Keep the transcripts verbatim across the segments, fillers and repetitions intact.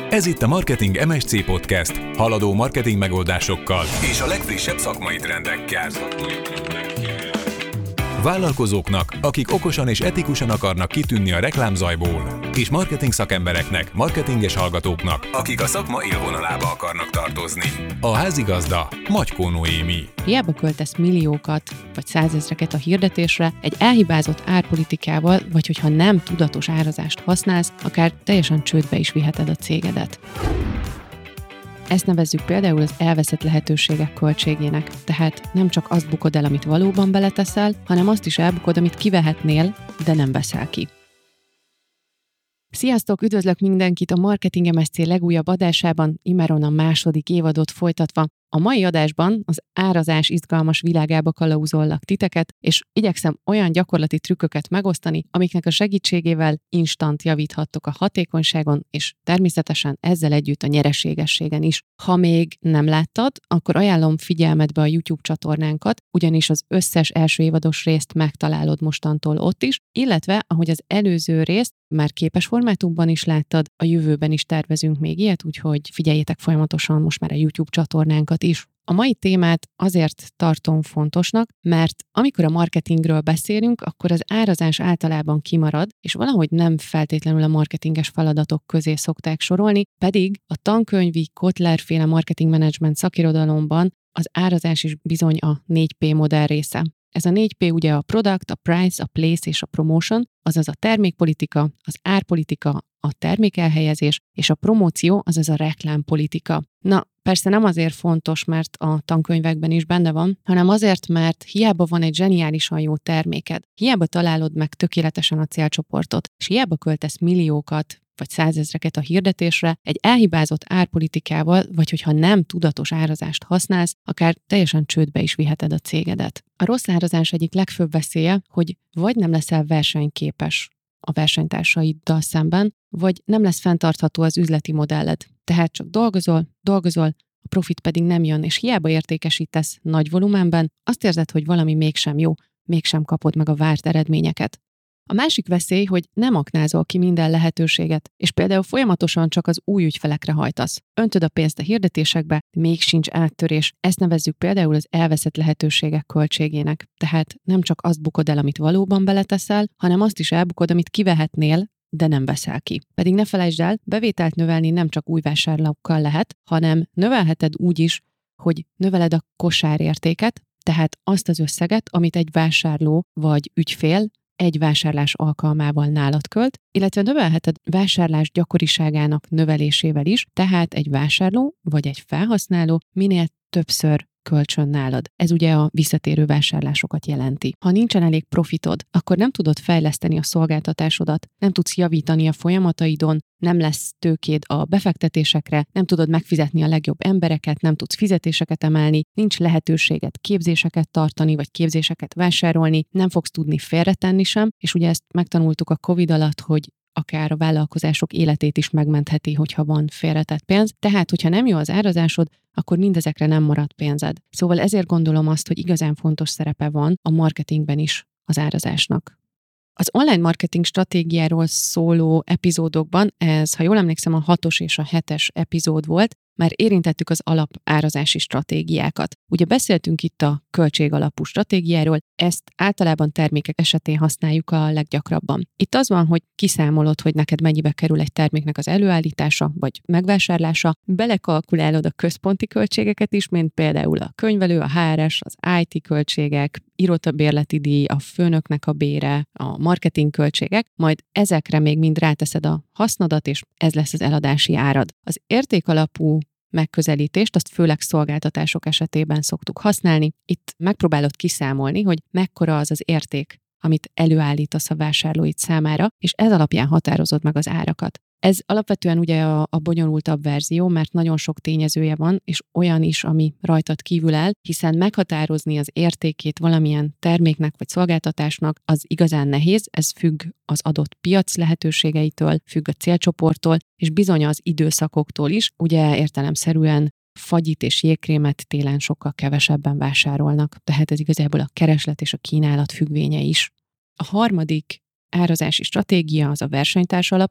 Ez itt a Marketing em es cé Podcast, haladó marketing megoldásokkal és a legfrissebb szakmai trendekkel. Vállalkozóknak, akik okosan és etikusan akarnak kitűnni a reklámzajból, és marketing szakembereknek, marketinges hallgatóknak, akik a szakma élvonalába akarnak tartozni. A házigazda Magykó Noémi. Hiába költesz milliókat vagy százezreket a hirdetésre, egy elhibázott árpolitikával, vagy hogyha nem tudatos árazást használsz, akár teljesen csődbe is viheted a cégedet. Ezt nevezzük például az elveszett lehetőségek költségének. Tehát nem csak azt bukod el, amit valóban beleteszel, hanem azt is elbukod, amit kivehetnél, de nem veszel ki. Sziasztok, üdvözlök mindenkit a Marketing em es cé legújabb adásában, immáron a második évadot folytatva. A mai adásban az árazás izgalmas világába kalauzollak titeket, és igyekszem olyan gyakorlati trükköket megosztani, amiknek a segítségével instant javíthattok a hatékonyságon, és természetesen ezzel együtt a nyereségességen is. Ha még nem láttad, akkor ajánlom figyelmetbe a YouTube csatornánkat, ugyanis az összes első évados részt megtalálod mostantól ott is, illetve ahogy az előző részt már képes formátumban is láttad, a jövőben is tervezünk még ilyet, úgyhogy figyeljétek folyamatosan most már a YouTube csatornánkat is. A mai témát azért tartom fontosnak, mert amikor a marketingről beszélünk, akkor az árazás általában kimarad, és valahogy nem feltétlenül a marketinges feladatok közé szokták sorolni, pedig a tankönyvi Kotler-féle marketing management szakirodalomban az árazás is bizony a négy pé modell része. Ez a négy pé ugye a product, a price, a place és a promotion, azaz a termékpolitika, az árpolitika, a termékelhelyezés, és a promóció, azaz a reklámpolitika. Na, persze nem azért fontos, mert a tankönyvekben is benne van, hanem azért, mert hiába van egy zseniálisan jó terméked, hiába találod meg tökéletesen a célcsoportot, és hiába költesz milliókat vagy százezreket a hirdetésre, egy elhibázott árpolitikával, vagy hogyha nem tudatos árazást használsz, akár teljesen csődbe is viheted a cégedet. A rossz árazás egyik legfőbb veszélye, hogy vagy nem leszel versenyképes a versenytársaiddal szemben, vagy nem lesz fenntartható az üzleti modelled. Tehát csak dolgozol, dolgozol, a profit pedig nem jön, és hiába értékesítesz nagy volumenben, azt érzed, hogy valami mégsem jó, mégsem kapod meg a várt eredményeket. A másik veszély, hogy nem aknázol ki minden lehetőséget, és például folyamatosan csak az új ügyfelekre hajtasz. Öntöd a pénzt a hirdetésekbe, még sincs áttörés. Ezt nevezzük például az elveszett lehetőségek költségének. Tehát nem csak azt bukod el, amit valóban beleteszel, hanem azt is elbukod, amit kivehetnél, de nem veszel ki. Pedig ne felejtsd el, bevételt növelni nem csak új vásárlókkal lehet, hanem növelheted úgy is, hogy növeled a kosárértéket, tehát azt az összeget, amit egy vásárló vagy ügyfél egy vásárlás alkalmával nálad költ, illetve növelheted vásárlás gyakoriságának növelésével is, tehát egy vásárló vagy egy felhasználó minél többször kölcsön nálad. Ez ugye a visszatérő vásárlásokat jelenti. Ha nincsen elég profitod, akkor nem tudod fejleszteni a szolgáltatásodat, nem tudsz javítani a folyamataidon, nem lesz tőkéd a befektetésekre, nem tudod megfizetni a legjobb embereket, nem tudsz fizetéseket emelni, nincs lehetőséged képzéseket tartani, vagy képzéseket vásárolni, nem fogsz tudni félretenni sem, és ugye ezt megtanultuk a Covid alatt, hogy akár a vállalkozások életét is megmentheti, hogyha van félretett pénz. Tehát, hogyha nem jó az árazásod, akkor mindezekre nem marad pénzed. Szóval ezért gondolom azt, hogy igazán fontos szerepe van a marketingben is az árazásnak. Az online marketing stratégiáról szóló epizódokban, ez, ha jól emlékszem, a hatos és a hetes epizód volt, már érintettük az alap árazási stratégiákat. Ugye beszéltünk itt a költségalapú stratégiáról, ezt általában termékek esetén használjuk a leggyakrabban. Itt az van, hogy kiszámolod, hogy neked mennyibe kerül egy terméknek az előállítása vagy megvásárlása, belekalkulálod a központi költségeket is, mint például a könyvelő, a há er es, az i té költségek, irotabérleti díj, a főnöknek a bére, a marketing költségek, majd ezekre még mind ráteszed a hasznodat, és ez lesz az eladási árad. Az értékalapú megközelítést, azt főleg szolgáltatások esetében szoktuk használni. Itt megpróbálod kiszámolni, hogy mekkora az az érték, amit előállítasz a vásárlóid számára, és ez alapján határozod meg az árakat. Ez alapvetően ugye a, a bonyolultabb verzió, mert nagyon sok tényezője van, és olyan is, ami rajtad kívül áll, hiszen meghatározni az értékét valamilyen terméknek vagy szolgáltatásnak az igazán nehéz, ez függ az adott piac lehetőségeitől, függ a célcsoporttól, és bizony az időszakoktól is, ugye értelemszerűen fagyit és jégkrémet télen sokkal kevesebben vásárolnak, tehát ez igazából a kereslet és a kínálat függvénye is. A harmadik árazási stratégia az a versenytárs alapú,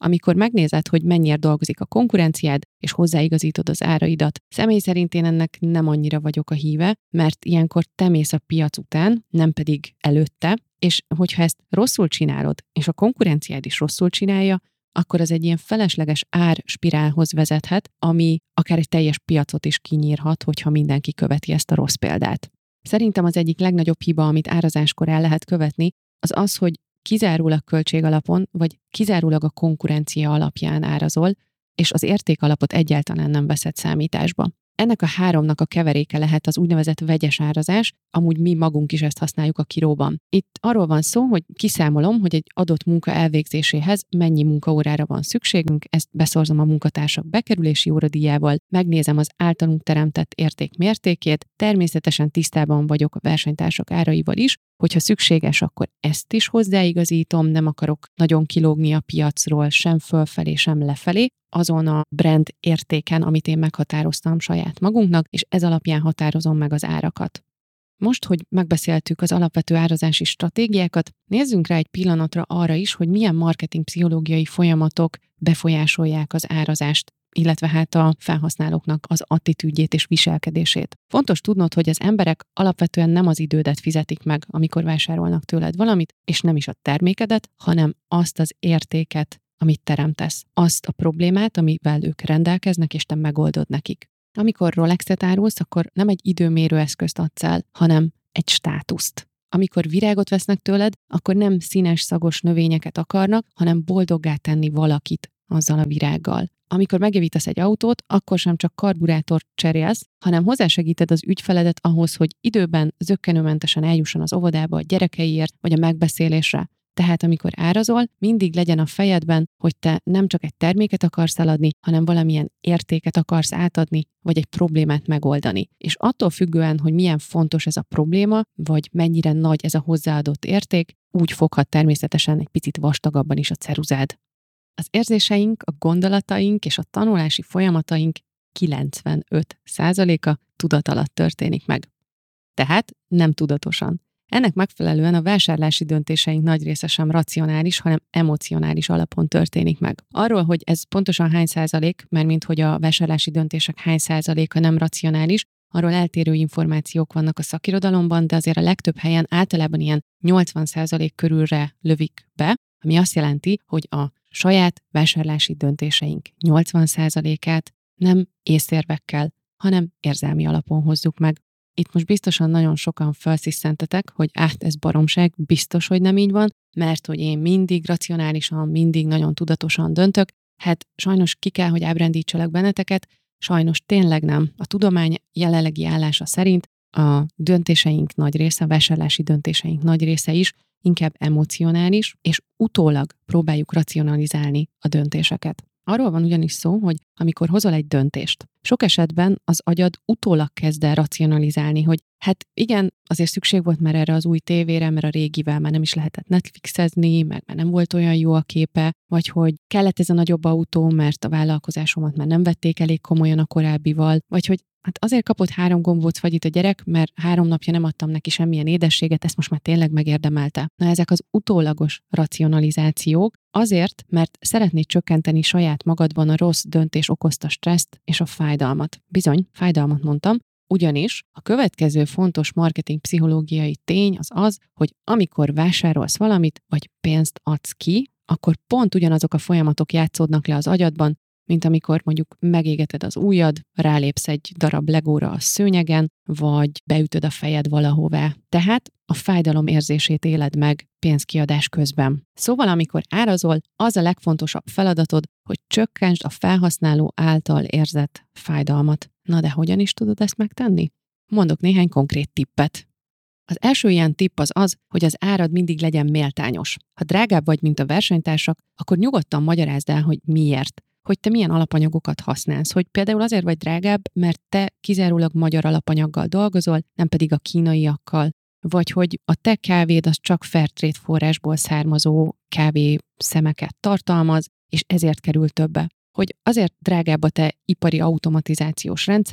amikor megnézed, hogy mennyire dolgozik a konkurenciád, és hozzáigazítod az áraidat. Személy szerint én ennek nem annyira vagyok a híve, mert ilyenkor te mész a piac után, nem pedig előtte, és hogyha ezt rosszul csinálod, és a konkurenciád is rosszul csinálja, akkor az egy ilyen felesleges árspirálhoz vezethet, ami akár egy teljes piacot is kinyírhat, hogyha mindenki követi ezt a rossz példát. Szerintem az egyik legnagyobb hiba, amit árazáskor el lehet követni, az az, hogy kizárólag költségalapon, vagy kizárólag a konkurencia alapján árazol, és az értékalapot egyáltalán nem veszed számításba. Ennek a háromnak a keveréke lehet az úgynevezett vegyes árazás, amúgy mi magunk is ezt használjuk a Kiróban. Itt arról van szó, hogy kiszámolom, hogy egy adott munka elvégzéséhez mennyi munkaórára van szükségünk, ezt beszorzom a munkatársak bekerülési óradíjával, megnézem az általunk teremtett érték mértékét, természetesen tisztában vagyok a versenytársak áraival is, hogyha szükséges, akkor ezt is hozzáigazítom, nem akarok nagyon kilógni a piacról, sem fölfelé, sem lefelé, azon a brand értéken, amit én meghatároztam saját magunknak, és ez alapján határozom meg az árakat. Most, hogy megbeszéltük az alapvető árazási stratégiákat, nézzünk rá egy pillanatra arra is, hogy milyen marketingpszichológiai folyamatok befolyásolják az árazást, illetve hát a felhasználóknak az attitűdjét és viselkedését. Fontos tudnod, hogy az emberek alapvetően nem az idődet fizetik meg, amikor vásárolnak tőled valamit, és nem is a termékedet, hanem azt az értéket, amit teremtesz. Azt a problémát, amivel ők rendelkeznek, és te megoldod nekik. Amikor Rolexet árulsz, akkor nem egy időmérő eszközt adsz el, hanem egy státuszt. Amikor virágot vesznek tőled, akkor nem színes, szagos növényeket akarnak, hanem boldoggá tenni valakit azzal a virággal. Amikor megjavítasz egy autót, akkor sem csak karburátort cserélsz, hanem hozzásegíted az ügyfeledet ahhoz, hogy időben zökkenőmentesen eljusson az óvodába a gyerekeiért, vagy a megbeszélésre. Tehát amikor árazol, mindig legyen a fejedben, hogy te nem csak egy terméket akarsz eladni, hanem valamilyen értéket akarsz átadni, vagy egy problémát megoldani. És attól függően, hogy milyen fontos ez a probléma, vagy mennyire nagy ez a hozzáadott érték, úgy foghat természetesen egy picit vastagabban is a ceruzád. Az érzéseink, a gondolataink és a tanulási folyamataink kilencvenöt százaléka tudat alatt történik meg. Tehát nem tudatosan. Ennek megfelelően a vásárlási döntéseink nagy része sem racionális, hanem emocionális alapon történik meg. Arról, hogy ez pontosan hány százalék, mert mint hogy a vásárlási döntések hány százaléka nem racionális, arról eltérő információk vannak a szakirodalomban, de azért a legtöbb helyen általában ilyen nyolcvan százalék körülre lövik be, ami azt jelenti, hogy a saját vásárlási döntéseink nyolcvan százalékát nem észérvekkel, hanem érzelmi alapon hozzuk meg. Itt most biztosan nagyon sokan felszisszentetek, hogy át ez baromság, biztos, hogy nem így van, mert hogy én mindig racionálisan, mindig nagyon tudatosan döntök. Hát sajnos ki kell, hogy ábrándítsalak benneteket, sajnos tényleg nem. A tudomány jelenlegi állása szerint a döntéseink nagy része, a vásárlási döntéseink nagy része is inkább emocionális, és utólag próbáljuk racionalizálni a döntéseket. Arról van ugyanis szó, hogy amikor hozol egy döntést, sok esetben az agyad utólag kezd el racionalizálni, hogy hát igen, azért szükség volt már erre az új tévére, mert a régivel már nem is lehetett Netflixezni, meg már nem volt olyan jó a képe, vagy hogy kellett ez a nagyobb autó, mert a vállalkozásomat már nem vették elég komolyan a korábbival, vagy hogy hát azért kapott három gombóc fagyit a gyerek, mert három napja nem adtam neki semmilyen édességet, ezt most már tényleg megérdemelte. Na ezek az utólagos racionalizációk azért, mert szeretnéd csökkenteni saját magadban a rossz döntés okozta stresszt és a fájdalmat. Bizony, fájdalmat mondtam, ugyanis a következő fontos marketing pszichológiai tény az az, hogy amikor vásárolsz valamit, vagy pénzt adsz ki, akkor pont ugyanazok a folyamatok játszódnak le az agyadban, mint amikor mondjuk megégeted az ujjad, rálépsz egy darab legóra a szőnyegen, vagy beütöd a fejed valahová. Tehát a fájdalom érzését éled meg pénzkiadás közben. Szóval amikor árazol, az a legfontosabb feladatod, hogy csökkentsd a felhasználó által érzett fájdalmat. Na de hogyan is tudod ezt megtenni? Mondok néhány konkrét tippet. Az első ilyen tipp az az, hogy az árad mindig legyen méltányos. Ha drágább vagy, mint a versenytársak, akkor nyugodtan magyarázd el, hogy miért. Hogy te milyen alapanyagokat használsz, hogy például azért vagy drágább, mert te kizárólag magyar alapanyaggal dolgozol, nem pedig a kínaiakkal, vagy hogy a te kávéd az csak Fairtrade forrásból származó kávé szemeket tartalmaz, és ezért kerül többe. Hogy azért drágább a te ipari automatizációs rendszered,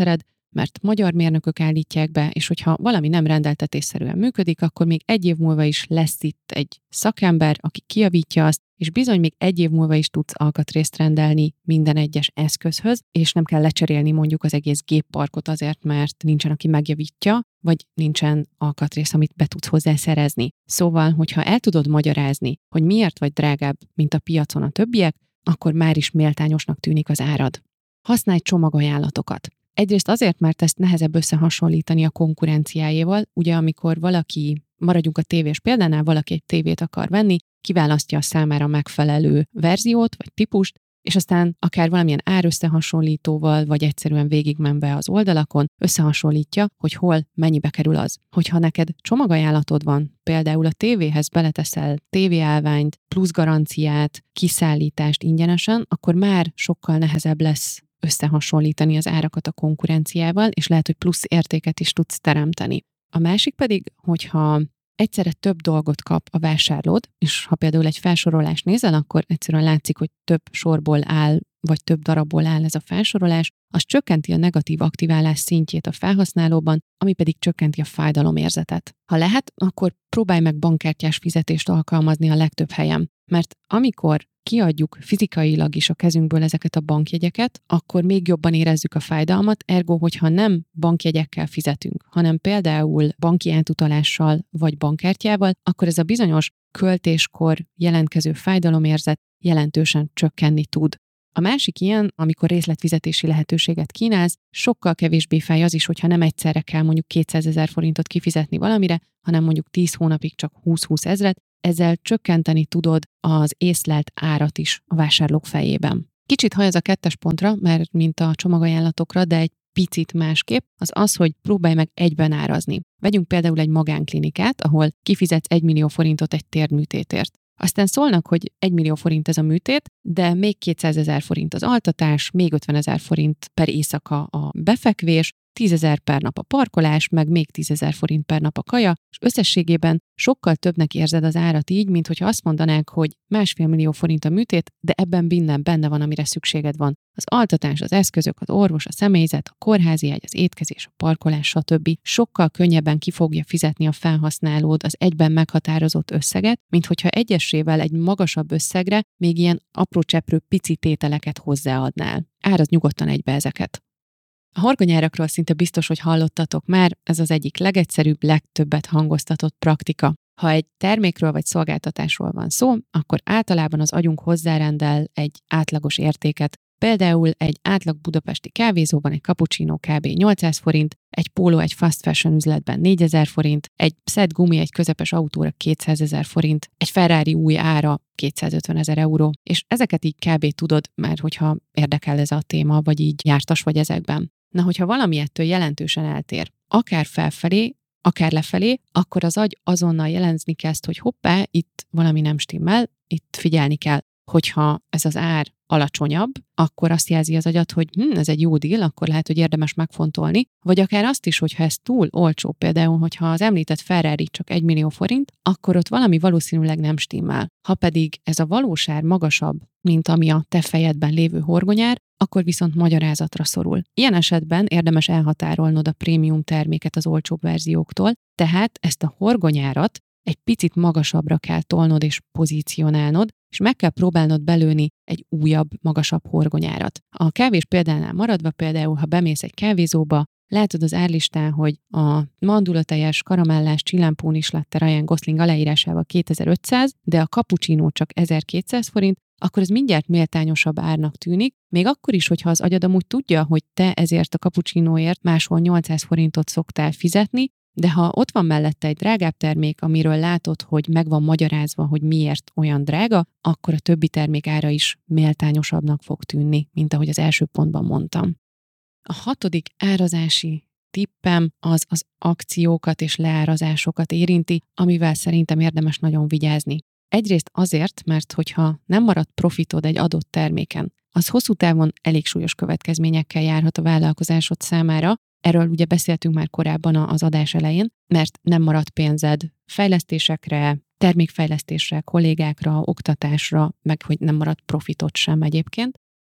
mert magyar mérnökök állítják be, és hogyha valami nem rendeltetésszerűen működik, akkor még egy év múlva is lesz itt egy szakember, aki kijavítja azt, és bizony még egy év múlva is tudsz alkatrészt rendelni minden egyes eszközhöz, és nem kell lecserélni mondjuk az egész gépparkot azért, mert nincsen, aki megjavítja, vagy nincsen alkatrész, amit be tudsz hozzá szerezni. Szóval, hogyha el tudod magyarázni, hogy miért vagy drágább, mint a piacon a többiek, akkor már is méltányosnak tűnik az árad. Használj csomagajánlatokat. Egyrészt azért, mert ezt nehezebb összehasonlítani a konkurenciájával, ugye amikor valaki, maradjunk a tévés példánál, valaki egy tévét akar venni, kiválasztja a számára megfelelő verziót vagy típust, és aztán akár valamilyen árösszehasonlítóval, vagy egyszerűen végigmenve az oldalakon, összehasonlítja, hogy hol mennyibe kerül az. Hogyha neked csomagajánlatod van, például a tévéhez beleteszel tévéállványt, plusz garanciát, kiszállítást ingyenesen, akkor már sokkal nehezebb lesz összehasonlítani az árakat a konkurenciával, és lehet, hogy plusz értéket is tudsz teremteni. A másik pedig, hogyha egyszerre több dolgot kap a vásárlód, és ha például egy felsorolást nézel, akkor egyszerűen látszik, hogy több sorból áll, vagy több darabból áll ez a felsorolás, az csökkenti a negatív aktiválás szintjét a felhasználóban, ami pedig csökkenti a fájdalomérzetet. Ha lehet, akkor próbálj meg bankkártyás fizetést alkalmazni a legtöbb helyen, mert amikor kiadjuk fizikailag is a kezünkből ezeket a bankjegyeket, akkor még jobban érezzük a fájdalmat, ergo, hogyha nem bankjegyekkel fizetünk, hanem például banki átutalással vagy bankkártyával, akkor ez a bizonyos költéskor jelentkező fájdalomérzet jelentősen csökkenni tud. A másik ilyen, amikor részletfizetési lehetőséget kínálsz, sokkal kevésbé fáj az is, hogyha nem egyszerre kell mondjuk kétszázezer forintot kifizetni valamire, hanem mondjuk tíz hónapig csak húsz-húsz ezret, ezzel csökkenteni tudod az észlelt árat is a vásárlók fejében. Kicsit hajaz a kettes pontra, mert mint a csomagajánlatokra, de egy picit másképp, az az, hogy próbálj meg egyben árazni. Vegyünk például egy magánklinikát, ahol kifizetsz egy millió forintot egy térműtétért. Aztán szólnak, hogy egy millió forint ez a műtét, de még kétszázezer forint az altatás, még ötvenezer forint per éjszaka a befekvés, tízezer per nap a parkolás, meg még tízezer forint per nap a kaja, és összességében sokkal többnek érzed az árat így, mint hogyha azt mondanák, hogy másfél millió forint a műtét, de ebben minden benne van, amire szükséged van. Az altatás, az eszközök, az orvos, a személyzet, a kórházi ágy, az étkezés, a parkolás, stb. Sokkal könnyebben ki fogja fizetni a felhasználód az egyben meghatározott összeget, mint hogyha egyesével egy magasabb összegre még ilyen apró cseprő pici tételeket hozzáadnál. Áraz nyugodtan egybe ezeket. A horgonyárakról szinte biztos, hogy hallottatok már, ez az egyik legegyszerűbb, legtöbbet hangoztatott praktika. Ha egy termékről vagy szolgáltatásról van szó, akkor általában az agyunk hozzárendel egy átlagos értéket. Például egy átlag budapesti kávézóban egy cappuccino kb. nyolcszáz forint, egy póló egy fast fashion üzletben négyezer forint, egy szett gumi egy közepes autóra kétszázezer forint, egy Ferrari új ára kétszázötvenezer euró, és ezeket így kb. Tudod, mert hogyha érdekel ez a téma, vagy így jártas vagy ezekben. Na, hogyha valami ettől jelentősen eltér, akár felfelé, akár lefelé, akkor az agy azonnal jelezni kezd, hogy hoppá, itt valami nem stimmel, itt figyelni kell. Hogyha ez az ár alacsonyabb, akkor azt jelzi az agyat, hogy hm, ez egy jó deal, akkor lehet, hogy érdemes megfontolni, vagy akár azt is, hogyha ez túl olcsó, például, hogyha az említett Ferrari csak egy millió forint, akkor ott valami valószínűleg nem stimmel. Ha pedig ez a valós ár magasabb, mint ami a te fejedben lévő horgonyár, akkor viszont magyarázatra szorul. Ilyen esetben érdemes elhatárolnod a prémium terméket az olcsóbb verzióktól, tehát ezt a horgonyárat egy picit magasabbra kell tolnod és pozícionálnod, és meg kell próbálnod belőni egy újabb, magasabb horgonyárat. A kávés példánál maradva például, ha bemész egy kávézóba, látod az árlistán, hogy a mandulatejes, karamellás, csillámpónis latte Ryan Gosling aláírásával kétezer-ötszáz, de a cappuccino csak ezerkétszáz forint, akkor ez mindjárt méltányosabb árnak tűnik, még akkor is, hogyha az agyad amúgy tudja, hogy te ezért a cappuccinoért máshol nyolcszáz forintot szoktál fizetni, de ha ott van mellette egy drágább termék, amiről látod, hogy meg van magyarázva, hogy miért olyan drága, akkor a többi termék ára is méltányosabbnak fog tűnni, mint ahogy az első pontban mondtam. A hatodik árazási tippem az az akciókat és leárazásokat érinti, amivel szerintem érdemes nagyon vigyázni. Egyrészt azért, mert hogyha nem marad profitod egy adott terméken, az hosszú távon elég súlyos következményekkel járhat a vállalkozásod számára. Erről ugye beszéltünk már korábban az adás elején, mert nem marad pénzed fejlesztésekre, termékfejlesztésre, kollégákra, oktatásra, meg hogy nem marad profitod sem egyébként.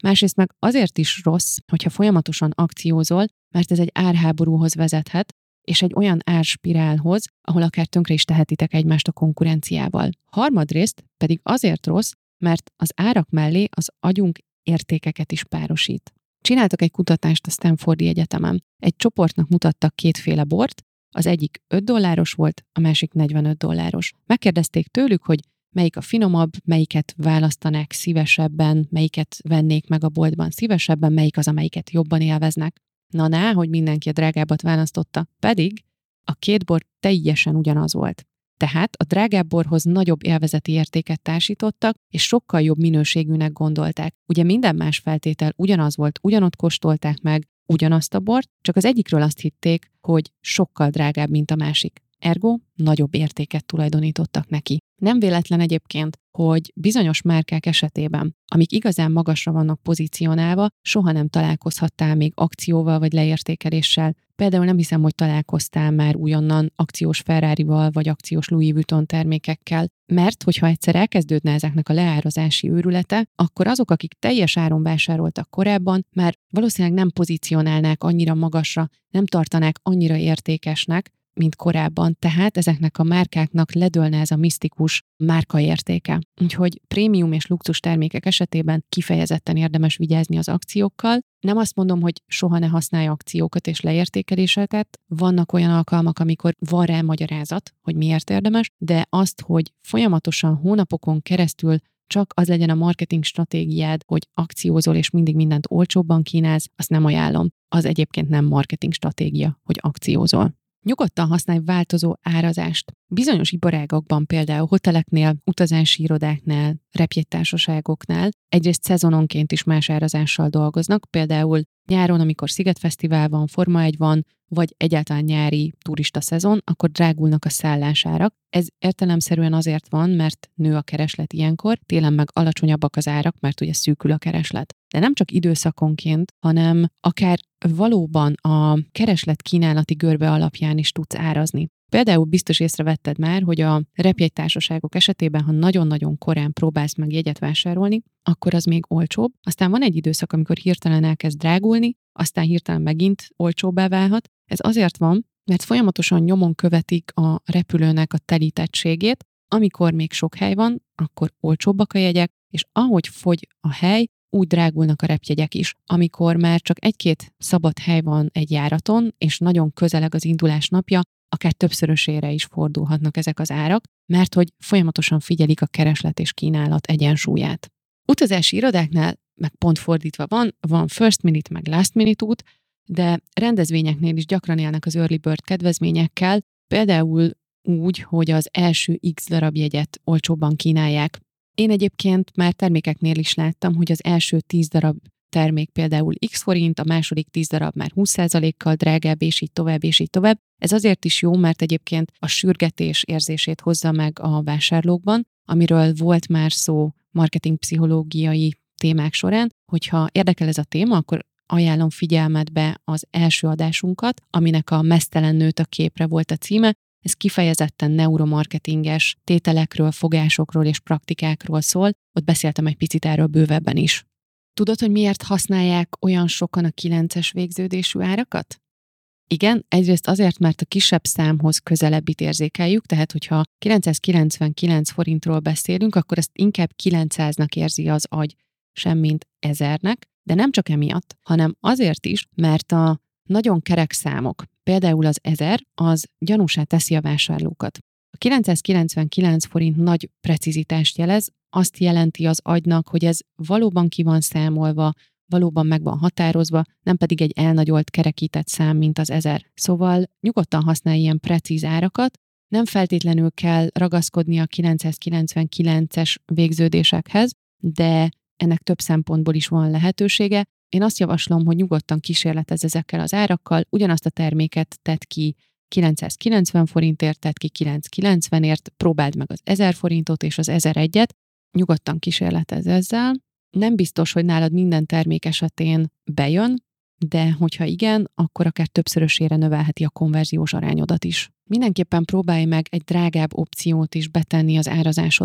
Másrészt meg azért is rossz, hogyha folyamatosan akciózol, mert ez egy árháborúhoz vezethet, és egy olyan árspirálhoz, ahol akár tönkre is tehetitek egymást a konkurenciával. Harmadrészt pedig azért rossz, mert az árak mellé az agyunk értékeket is párosít. Csináltak egy kutatást a Stanfordi Egyetemen. Egy csoportnak mutattak kétféle bort, az egyik öt dolláros volt, a másik negyvenöt dolláros. Megkérdezték tőlük, hogy melyik a finomabb, melyiket választanák szívesebben, melyiket vennék meg a boltban szívesebben, melyik az, amelyiket jobban élveznek. Na ná, hogy mindenki a drágábbat választotta, pedig a két bor teljesen ugyanaz volt. Tehát a drágább borhoz nagyobb élvezeti értéket társítottak, és sokkal jobb minőségűnek gondolták. Ugye minden más feltétel ugyanaz volt, ugyanott kóstolták meg ugyanazt a bort, csak az egyikről azt hitték, hogy sokkal drágább, mint a másik. Ergo nagyobb értéket tulajdonítottak neki. Nem véletlen egyébként, hogy bizonyos márkák esetében, amik igazán magasra vannak pozícionálva, soha nem találkozhattál még akcióval vagy leértékeléssel. Például nem hiszem, hogy találkoztál már újonnan akciós Ferrarival vagy akciós Louis Vuitton termékekkel, mert hogyha egyszer elkezdődne ezeknek a leárazási őrülete, akkor azok, akik teljes áron vásároltak korábban, már valószínűleg nem pozícionálnák annyira magasra, nem tartanák annyira értékesnek, mint korábban, tehát ezeknek a márkáknak ledőlne ez a misztikus márkaértéke. Úgyhogy prémium és luxus termékek esetében kifejezetten érdemes vigyázni az akciókkal. Nem azt mondom, hogy soha ne használj akciókat és leértékeléseket, vannak olyan alkalmak, amikor van rá magyarázat, hogy miért érdemes, de azt, hogy folyamatosan hónapokon keresztül csak az legyen a marketing stratégiád, hogy akciózol és mindig mindent olcsóbban kínálsz, azt nem ajánlom. Az egyébként nem marketing stratégia, hogy akciózol. Nyugodtan használj változó árazást. Bizonyos iparágakban, például hoteleknél, utazási irodáknál, repjegytársaságoknál egyrészt szezononként is más árazással dolgoznak, például nyáron, amikor Szigetfesztivál van, Forma egy van, vagy egyáltalán nyári turista szezon, akkor drágulnak a szállásárak. Ez értelemszerűen azért van, mert nő a kereslet ilyenkor, télen meg alacsonyabbak az árak, mert ugye szűkül a kereslet. De nem csak időszakonként, hanem akár valóban a kereslet-kínálati görbe alapján is tudsz árazni. Például biztos észrevetted már, hogy a repjegytársaságok esetében, ha nagyon-nagyon korán próbálsz meg jegyet vásárolni, akkor az még olcsóbb. Aztán van egy időszak, amikor hirtelen elkezd drágulni, aztán hirtelen megint olcsóbbá válhat. Ez azért van, mert folyamatosan nyomon követik a repülőnek a telítettségét. Amikor még sok hely van, akkor olcsóbbak a jegyek, és ahogy fogy a hely, úgy drágulnak a repjegyek is. Amikor már csak egy-két szabad hely van egy járaton, és nagyon közeleg az indulás napja, akár többszörösére is fordulhatnak ezek az árak, mert hogy folyamatosan figyelik a kereslet és kínálat egyensúlyát. Utazási irodáknál meg pont fordítva van, van first minute meg last minute út, de rendezvényeknél is gyakran élnek az early bird kedvezményekkel, például úgy, hogy az első X darab jegyet olcsóbban kínálják. Én egyébként már termékeknél is láttam, hogy az első tíz darab termék például X forint, a második tíz darab már húsz százalékkal drágább, és így tovább, és így tovább. Ez azért is jó, mert egyébként a sürgetés érzését hozza meg a vásárlókban, amiről volt már szó marketingpszichológiai témák során. Hogyha érdekel ez a téma, akkor ajánlom figyelmetbe az első adásunkat, aminek a Meztelen nőt a képre volt a címe. Ez kifejezetten neuromarketinges tételekről, fogásokról és praktikákról szól. Ott beszéltem egy picit erről bővebben is. Tudod, hogy miért használják olyan sokan a kilences végződésű árakat? Igen, egyrészt azért, mert a kisebb számhoz közelebbit érzékeljük, tehát hogyha kilencszázkilencvenkilenc forintról beszélünk, akkor ezt inkább kilencszáznak érzi az agy, semmint ezernek, de nem csak emiatt, hanem azért is, mert a nagyon kerek számok, például az ezer, az gyanúsá teszi a vásárlókat. A kilencszázkilencvenkilenc forint nagy precizitást jelez, azt jelenti az agynak, hogy ez valóban ki van számolva, valóban meg van határozva, nem pedig egy elnagyolt, kerekített szám, mint az ezer. Szóval nyugodtan használj ilyen precíz árakat, nem feltétlenül kell ragaszkodni a kilencszázkilencvenkilences végződésekhez, de ennek több szempontból is van lehetősége. Én azt javaslom, hogy nyugodtan kísérletezz ezekkel az árakkal, ugyanazt a terméket tedd ki kilencszázkilencven forintért, tedd ki kilencszázkilencvenért, próbáld meg az ezer forintot és az ezeregyet, nyugodtan kísérletezz ezzel. Nem biztos, hogy nálad minden termék esetén bejön, de hogyha igen, akkor akár többszörösére növelheti a konverziós arányodat is. Mindenképpen próbálj meg egy drágább opciót is betenni az árazásodba.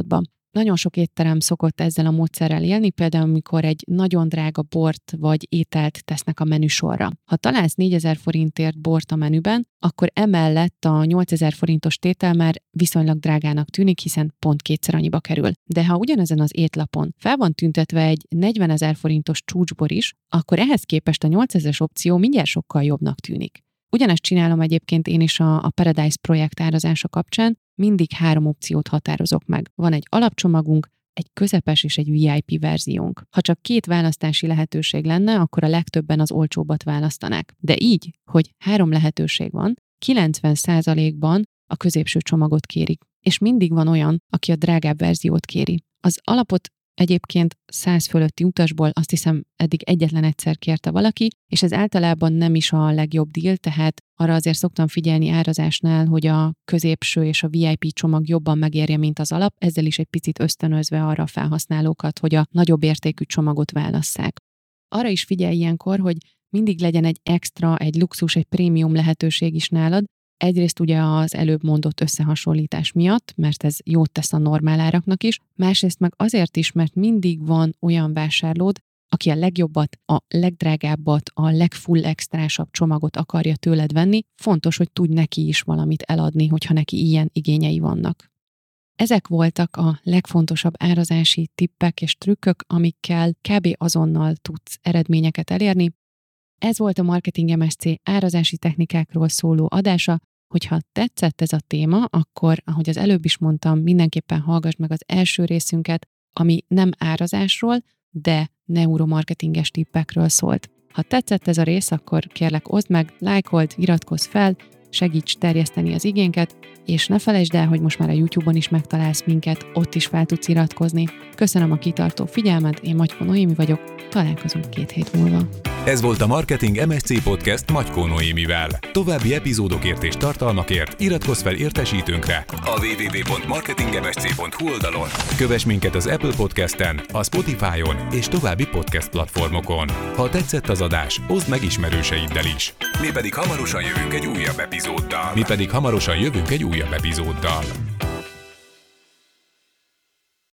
Nagyon sok étterem szokott ezzel a módszerrel élni, például amikor egy nagyon drága bort vagy ételt tesznek a menüsorra. Ha találsz négyezer forintért bort a menüben, akkor emellett a nyolcezer forintos tétel már viszonylag drágának tűnik, hiszen pont kétszer annyiba kerül. De ha ugyanezen az étlapon fel van tüntetve egy negyvenezer forintos csúcsbor is, akkor ehhez képest a nyolcezeres opció mindjárt sokkal jobbnak tűnik. Ugyanezt csinálom egyébként én is a, a Paradise projekt árazása kapcsán, mindig három opciót határozok meg. Van egy alapcsomagunk, egy közepes és egy vé i pé verziónk. Ha csak két választási lehetőség lenne, akkor a legtöbben az olcsóbbat választanák. De így, hogy három lehetőség van, kilencven százalékban a középső csomagot kérik. És mindig van olyan, aki a drágább verziót kéri. Az alapot egyébként száz fölötti utasból azt hiszem eddig egyetlen egyszer kérte valaki, és ez általában nem is a legjobb deal, tehát arra azért szoktam figyelni árazásnál, hogy a középső és a vé i pé csomag jobban megérje, mint az alap, ezzel is egy picit ösztönözve arra a felhasználókat, hogy a nagyobb értékű csomagot válasszák. Arra is figyelj ilyenkor, hogy mindig legyen egy extra, egy luxus, egy prémium lehetőség is nálad. Egyrészt ugye az előbb mondott összehasonlítás miatt, mert ez jót tesz a normál áraknak is, másrészt meg azért is, mert mindig van olyan vásárlód, aki a legjobbat, a legdrágábbat, a legfull extrásabb csomagot akarja tőled venni, fontos, hogy tudj neki is valamit eladni, hogyha neki ilyen igényei vannak. Ezek voltak a legfontosabb árazási tippek és trükkök, amikkel kb. Azonnal tudsz eredményeket elérni. Ez volt a Marketing em es cé árazási technikákról szóló adása. Hogyha tetszett ez a téma, akkor, ahogy az előbb is mondtam, mindenképpen hallgass meg az első részünket, ami nem árazásról, de neuromarketinges tippekről szólt. Ha tetszett ez a rész, akkor kérlek oszd meg, lájkold, iratkozz fel, segíts terjeszteni az igénket, és ne felejtsd el, hogy most már a YouTube-on is megtalálsz minket, ott is fel tudsz iratkozni. Köszönöm a kitartó figyelmet, én Magyko Noémi vagyok, találkozunk két hét múlva. Ez volt a Marketing em es cé Podcast Magyko Noémivel. További epizódokért és tartalmakért iratkozz fel értesítőnkre a double-u double-u double-u pont marketing m s c pont h u oldalon. Kövess minket az Apple Podcasten, a Spotify-on és további podcast platformokon. Ha tetszett az adás, oszd meg ismerőseiddel is. Mi pedig hamarosan jövünk egy újabb epizóddal. Mi pedig hamarosan jövünk egy újabb epizóddal.